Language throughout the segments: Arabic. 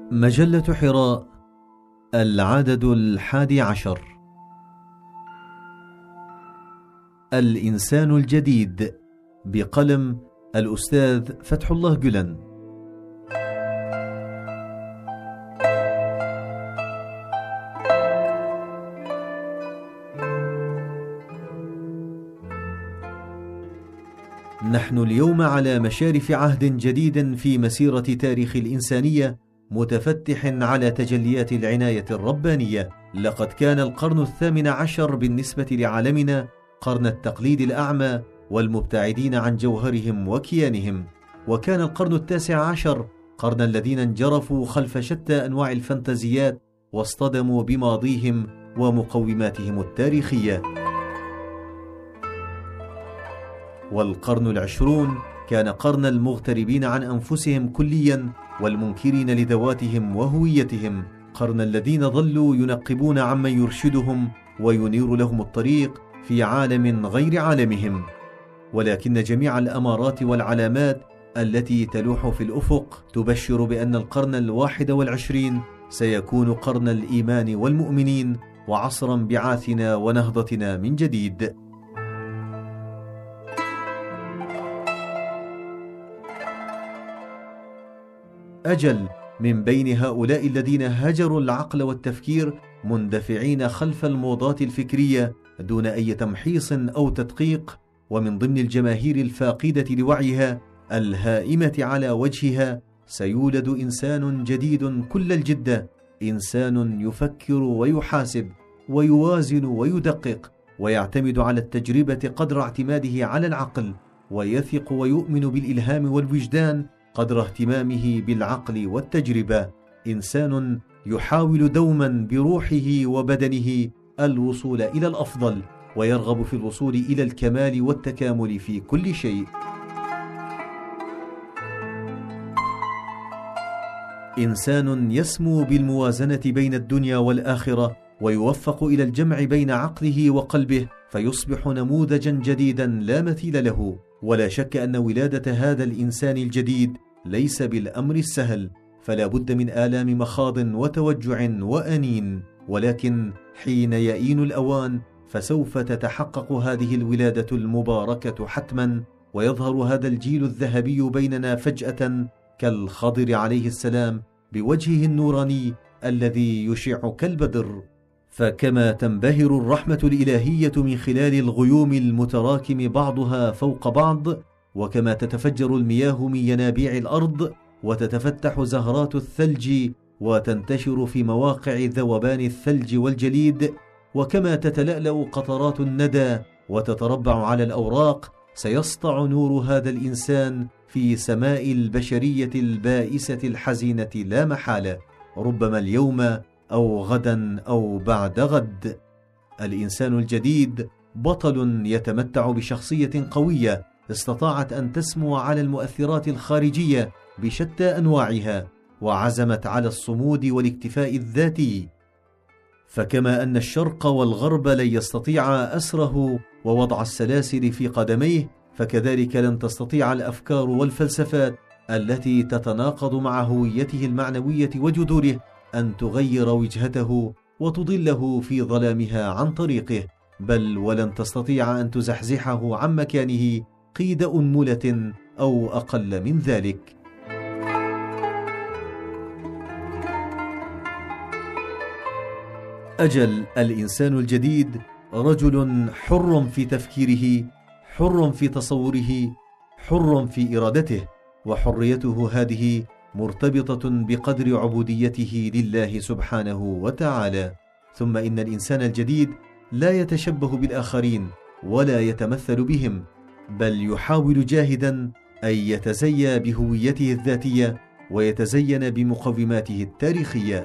مجلة حراء، العدد 11. الإنسان الجديد، بقلم الأستاذ فتح الله جلن. نحن اليوم على مشارف عهد جديد في مسيرة تاريخ الإنسانية، متفتح على تجليات العناية الربانية. لقد كان القرن 18 بالنسبة لعالمنا قرن التقليد الأعمى والمبتعدين عن جوهرهم وكيانهم، وكان القرن 19 قرن الذين انجرفوا خلف شتى أنواع الفانتازيات واصطدموا بماضيهم ومقوماتهم التاريخية. والقرن 20 كان قرن المغتربين عن أنفسهم كليا والمنكرين لذواتهم وهويتهم، قرن الذين ظلوا ينقبون عمن يرشدهم وينير لهم الطريق في عالم غير عالمهم. ولكن جميع الأمارات والعلامات التي تلوح في الأفق تبشر بأن القرن 21 سيكون قرن الإيمان والمؤمنين، وعصر انبعاثنا ونهضتنا من جديد. أجل، من بين هؤلاء الذين هجروا العقل والتفكير مندفعين خلف الموضات الفكرية دون أي تمحيص أو تدقيق، ومن ضمن الجماهير الفاقدة لوعيها الهائمة على وجهها، سيولد إنسان جديد كل الجدة، إنسان يفكر ويحاسب ويوازن ويدقق، ويعتمد على التجربة قدر اعتماده على العقل، ويثق ويؤمن بالإلهام والوجدان قدر اهتمامه بالعقل والتجربة. إنسان يحاول دوما بروحه وبدنه الوصول إلى الأفضل، ويرغب في الوصول إلى الكمال والتكامل في كل شيء. إنسان يسمو بالموازنة بين الدنيا والآخرة، ويوفق إلى الجمع بين عقله وقلبه، فيصبح نموذجا جديدا لا مثيل له. ولا شك أن ولادة هذا الإنسان الجديد ليس بالأمر السهل، فلا بد من آلام مخاض وتوجع وأنين، ولكن حين يئين الأوان فسوف تتحقق هذه الولادة المباركة حتما، ويظهر هذا الجيل الذهبي بيننا فجأة كالخضر عليه السلام بوجهه النوراني الذي يشع كالبدر. فكما تنبهر الرحمة الإلهية من خلال الغيوم المتراكم بعضها فوق بعض، وكما تتفجر المياه من ينابيع الأرض وتتفتح زهرات الثلج وتنتشر في مواقع ذوبان الثلج والجليد، وكما تتلألأ قطرات الندى وتتربع على الأوراق، سيسطع نور هذا الإنسان في سماء البشرية البائسة الحزينة لا محالة، ربما اليوم أو غدا أو بعد غد. الإنسان الجديد بطل يتمتع بشخصية قوية استطاعت أن تسمو على المؤثرات الخارجية بشتى أنواعها، وعزمت على الصمود والاكتفاء الذاتي. فكما أن الشرق والغرب لن يستطيعا أسره ووضع السلاسل في قدميه، فكذلك لن تستطيع الأفكار والفلسفات التي تتناقض مع هويته المعنوية وجذوره أن تغير وجهته وتضله في ظلامها عن طريقه، بل ولن تستطيع أن تزحزحه عن مكانه قيد أنملة أو أقل من ذلك. أجل، الإنسان الجديد رجل حر في تفكيره، حر في تصوره، حر في إرادته، وحريته هذه مرتبطة بقدر عبوديته لله سبحانه وتعالى. ثم إن الإنسان الجديد لا يتشبه بالآخرين ولا يتمثل بهم، بل يحاول جاهدا أن يتزيى بهويته الذاتية ويتزين بمقوماته التاريخية.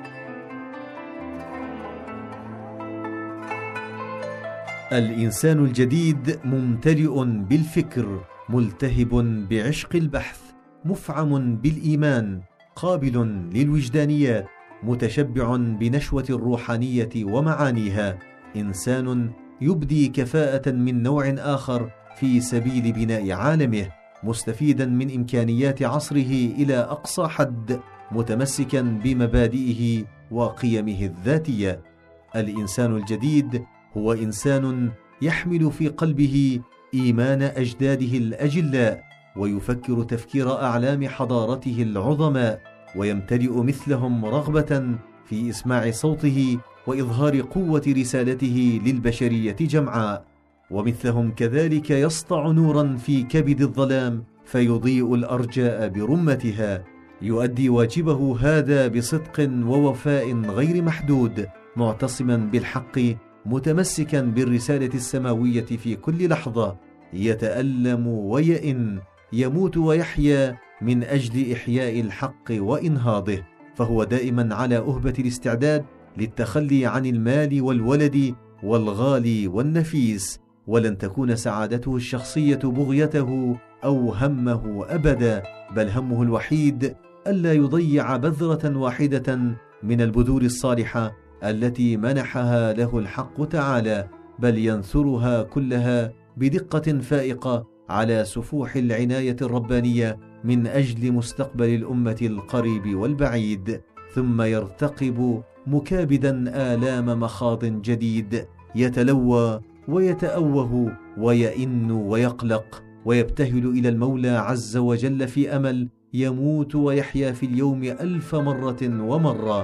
الإنسان الجديد ممتلئ بالفكر، ملتهب بعشق البحث، مفعم بالإيمان، قابل للوجدانيات، متشبع بنشوة الروحانية ومعانيها، إنسان يبدي كفاءة من نوع آخر في سبيل بناء عالمه، مستفيدا من إمكانيات عصره إلى أقصى حد، متمسكا بمبادئه وقيمه الذاتية. الإنسان الجديد هو إنسان يحمل في قلبه إيمان أجداده الأجلاء، ويفكر تفكير أعلام حضارته العظماء، ويمتلئ مثلهم رغبة في إسماع صوته وإظهار قوة رسالته للبشرية جمعاء، ومثلهم كذلك يسطع نورا في كبد الظلام فيضيء الأرجاء برمتها. يؤدي واجبه هذا بصدق ووفاء غير محدود، معتصما بالحق، متمسكا بالرسالة السماوية في كل لحظة، يتألم ويئن، يموت ويحيا من أجل إحياء الحق وإنهاضه، فهو دائما على أهبة الاستعداد للتخلي عن المال والولد والغالي والنفيس، ولن تكون سعادته الشخصية بغيته أو همه أبدا، بل همه الوحيد ألا يضيع بذرة واحدة من البذور الصالحة التي منحها له الحق تعالى، بل ينثرها كلها بدقة فائقة على سفوح العناية الربانية من أجل مستقبل الأمة القريب والبعيد، ثم يرتقب مكابدا آلام مخاض جديد، يتلوى ويتأوه ويئن ويقلق، ويبتهل إلى المولى عز وجل في أمل يموت ويحيا في اليوم 1000 مرة ومرة.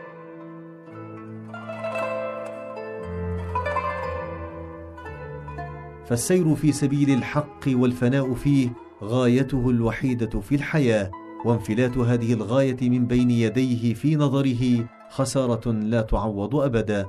فالسير في سبيل الحق والفناء فيه غايته الوحيدة في الحياة، وانفلات هذه الغاية من بين يديه في نظره خسارة لا تعوض أبدا.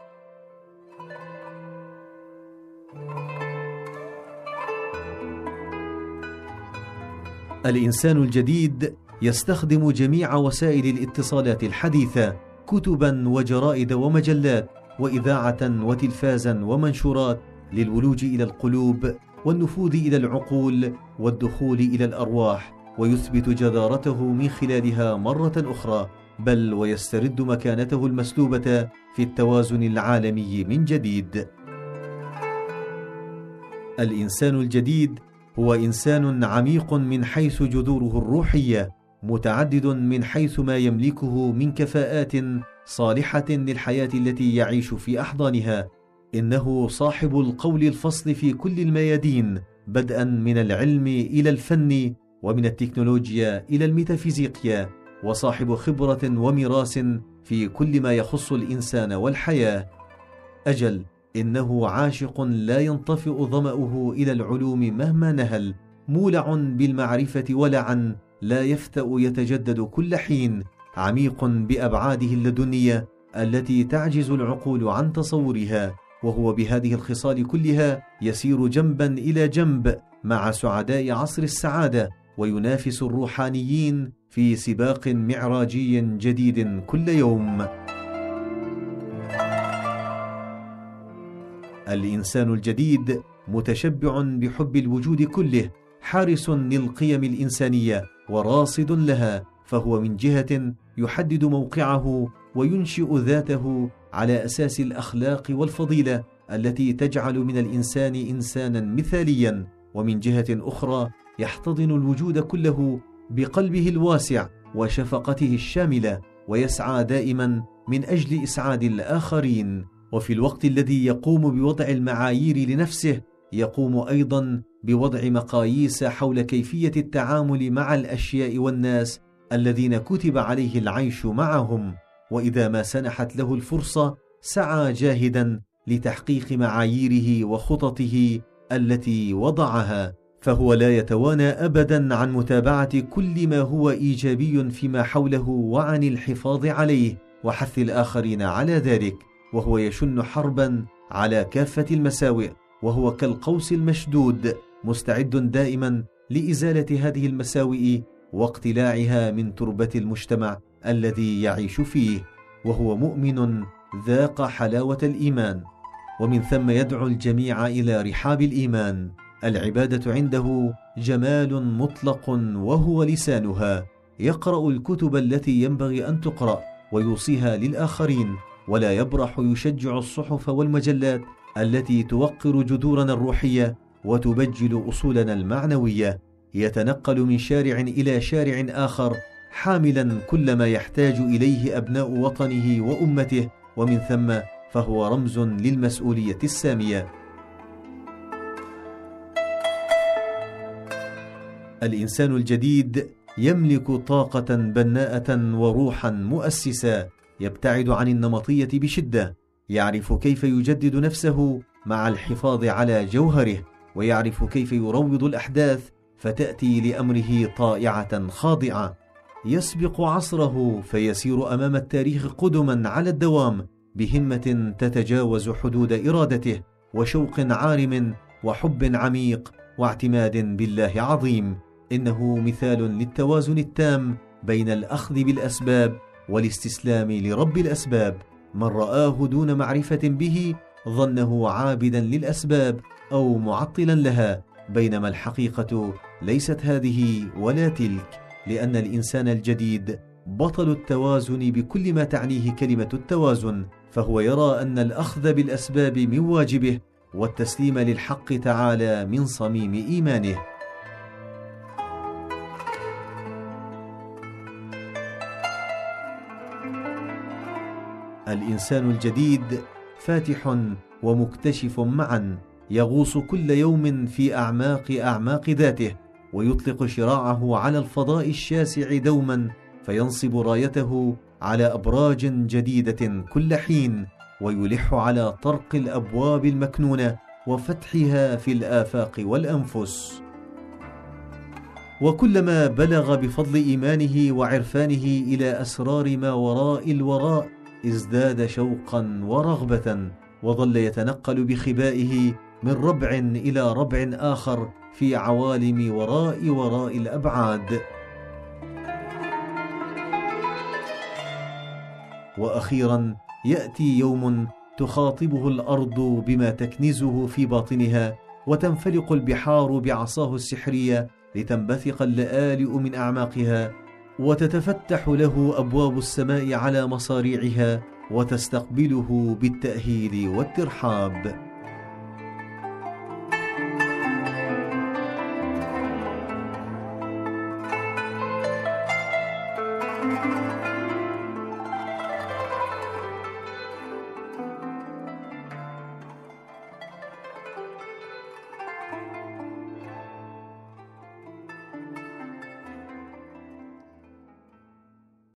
الإنسان الجديد يستخدم جميع وسائل الاتصالات الحديثة، كتبا وجرائد ومجلات وإذاعة وتلفازا ومنشورات، للولوج إلى القلوب والنفوذ إلى العقول والدخول إلى الأرواح، ويثبت جدارته من خلالها مرة أخرى، بل ويسترد مكانته المسلوبة في التوازن العالمي من جديد. الإنسان الجديد هو إنسان عميق من حيث جذوره الروحية، متعدد من حيث ما يملكه من كفاءات صالحة للحياة التي يعيش في أحضانها. إنه صاحب القول الفصل في كل الميادين، بدءا من العلم إلى الفن، ومن التكنولوجيا إلى الميتافيزيقيا، وصاحب خبرة وميراث في كل ما يخص الإنسان والحياة. أجل، إنه عاشق لا ينطفئ ظمأه إلى العلوم مهما نهل، مولع بالمعرفة ولعا لا يفتأ يتجدد كل حين، عميق بأبعاده اللدنية التي تعجز العقول عن تصورها، وهو بهذه الخصال كلها يسير جنبا إلى جنب مع سعداء عصر السعادة، وينافس الروحانيين في سباق معراجي جديد كل يوم. الإنسان الجديد متشبع بحب الوجود كله، حارس للقيم الإنسانية وراصد لها، فهو من جهة يحدد موقعه وينشئ ذاته على أساس الأخلاق والفضيلة التي تجعل من الإنسان إنسانا مثاليا، ومن جهة أخرى يحتضن الوجود كله بقلبه الواسع وشفقته الشاملة، ويسعى دائما من أجل إسعاد الآخرين. وفي الوقت الذي يقوم بوضع المعايير لنفسه، يقوم أيضا بوضع مقاييس حول كيفية التعامل مع الأشياء والناس الذين كتب عليه العيش معهم، وإذا ما سنحت له الفرصة سعى جاهدا لتحقيق معاييره وخططه التي وضعها، فهو لا يتوانى أبدا عن متابعة كل ما هو إيجابي فيما حوله وعن الحفاظ عليه وحث الآخرين على ذلك، وهو يشن حربا على كافة المساوئ، وهو كالقوس المشدود مستعد دائما لإزالة هذه المساوئ واقتلاعها من تربة المجتمع الذي يعيش فيه، وهو مؤمن ذاق حلاوة الإيمان، ومن ثم يدعو الجميع إلى رحاب الإيمان. العبادة عنده جمال مطلق وهو لسانها، يقرأ الكتب التي ينبغي أن تقرأ ويوصيها للآخرين، ولا يبرح يشجع الصحف والمجلات التي توقر جذورنا الروحية وتبجل أصولنا المعنوية. يتنقل من شارع إلى شارع آخر حاملا كل ما يحتاج إليه أبناء وطنه وأمته، ومن ثم فهو رمز للمسؤولية السامية. الإنسان الجديد يملك طاقة بناءة وروحا مؤسسة، يبتعد عن النمطية بشدة، يعرف كيف يجدد نفسه مع الحفاظ على جوهره، ويعرف كيف يروض الأحداث فتأتي لأمره طائعة خاضعة. يسبق عصره فيسير أمام التاريخ قدما على الدوام، بهمة تتجاوز حدود إرادته، وشوق عارم، وحب عميق، واعتماد بالله عظيم. إنه مثال للتوازن التام بين الأخذ بالأسباب والاستسلام لرب الأسباب. من رآه دون معرفة به ظنه عابدا للأسباب أو معطلا لها، بينما الحقيقة ليست هذه ولا تلك، لأن الإنسان الجديد بطل التوازن بكل ما تعنيه كلمة التوازن، فهو يرى أن الأخذ بالأسباب من واجبه، والتسليم للحق تعالى من صميم إيمانه. الإنسان الجديد فاتح ومكتشف معا، يغوص كل يوم في أعماق ذاته، ويطلق شراعه على الفضاء الشاسع دوما، فينصب رايته على أبراج جديدة كل حين، ويلح على طرق الأبواب المكنونة وفتحها في الآفاق والأنفس. وكلما بلغ بفضل إيمانه وعرفانه إلى أسرار ما وراء الوراء ازداد شوقا ورغبة، وظل يتنقل بخبائه من ربع إلى ربع آخر في عوالم وراء الأبعاد. وأخيرا يأتي يوم تخاطبه الأرض بما تكنزه في باطنها، وتنفلق البحار بعصاه السحرية لتنبثق اللآلئ من أعماقها، وتتفتح له أبواب السماء على مصاريعها، وتستقبله بالتأهيل والترحاب.